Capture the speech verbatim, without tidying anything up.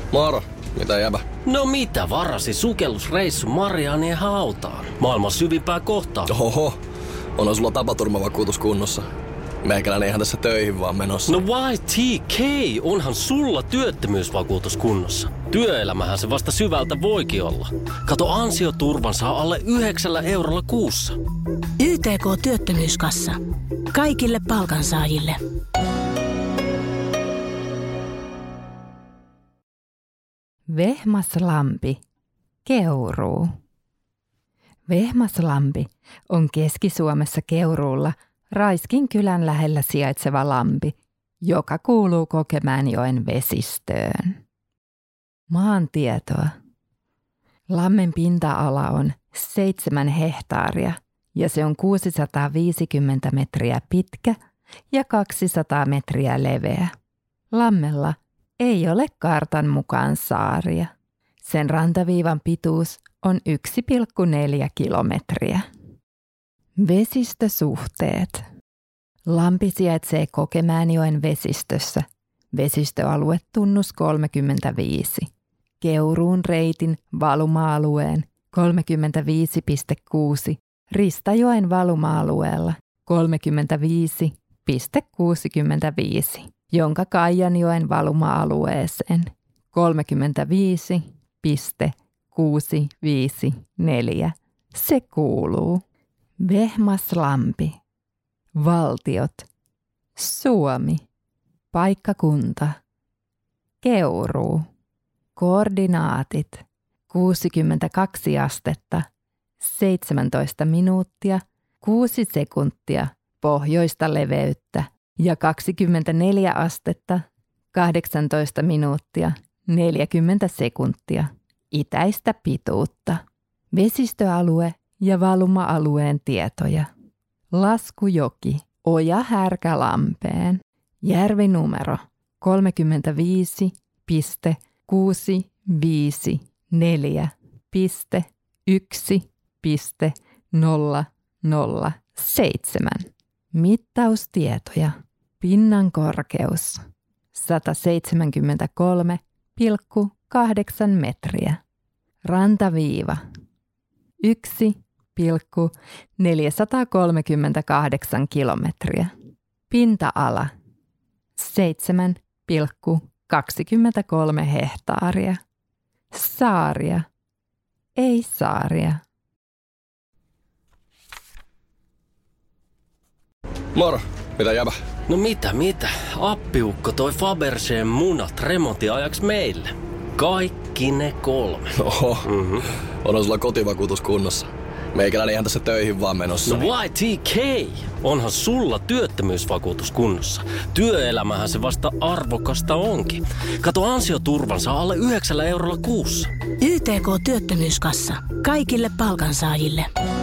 Moro, mitä jäbä? No mitä varasi sukellusreissu Marianien hautaan? Maailman syvimpää kohtaa. Oho, onhan sulla tapaturmavakuutus kunnossa. Meikäläinen ihan tässä töihin vaan menossa. No why T K? Onhan sulla työttömyysvakuutus kunnossa. Työelämähän se vasta syvältä voikin olla. Kato, ansioturvan saa alle yhdeksällä eurolla kuussa. Y T K-työttömyyskassa. Kaikille palkansaajille. Vehmaslampi, Keuruu. Vehmaslampi on Keski-Suomessa Keuruulla Raiskin kylän lähellä sijaitseva lampi, joka kuuluu Kokemäenjoen vesistöön. Maantietoa. Lammen pinta-ala on seitsemän hehtaaria ja se on kuusisataaviisikymmentä metriä pitkä ja kaksisataa metriä leveä. Lammella ei ole kartan mukaan saaria. Sen rantaviivan pituus on yksi pilkku neljä kilometriä. Vesistösuhteet. Lampi sijaitsee Kokemäenjoen vesistössä. Vesistöalue tunnus kolmekymmentäviisi. Keuruun reitin valuma-alueen kolmekymmentäviisi pilkku kuusi. Ristajoen valuma-alueella kolmekymmentäviisi pilkku kuusikymmentäviisi. Jonka Kaijanjoen valuma-alueeseen kolmekymmentäviisi pilkku kuusisataaviisikymmentäneljä. Se kuuluu. Vehmaslampi. Valtiot. Suomi. Paikkakunta. Keuruu. Koordinaatit. kuusikymmentäkaksi astetta, seitsemäntoista minuuttia, kuusi sekuntia pohjoista leveyttä ja kaksikymmentäneljä astetta, kahdeksantoista minuuttia, neljäkymmentä sekuntia itäistä pituutta. Vesistöalue ja valuma-alueen tietoja. Laskujoki, oja Härkälampeen. Järvinumero kolmekymmentäviisi pilkku kuusisataaviisikymmentäneljä pilkku yksi pilkku nolla nolla seitsemän. Mittaustietoja. Pinnan korkeus sata seitsemänkymmentäkolme pilkku kahdeksan metriä. Rantaviiva yksi pilkku neljäsataakolmekymmentäkahdeksan kilometriä. Pinta-ala seitsemän pilkku kaksikymmentäkolme hehtaaria. Saaria. Ei saaria. Moro, mitä jäbä? No mitä, mitä? Appiukko toi Faberseen munat remontiajaksi meille. Kaikki ne kolme. Oho, Mm-hmm. onhan sulla kotivakuutus kunnossa. Meikäläinen ihan tässä töihin vaan menossa. No why T K? Onhan sulla työttömyysvakuutus kunnossa. Työelämähän se vasta arvokasta onkin. Kato, ansioturvan saa alle yhdeksällä eurolla kuussa. Y T K-työttömyyskassa. Kaikille palkansaajille.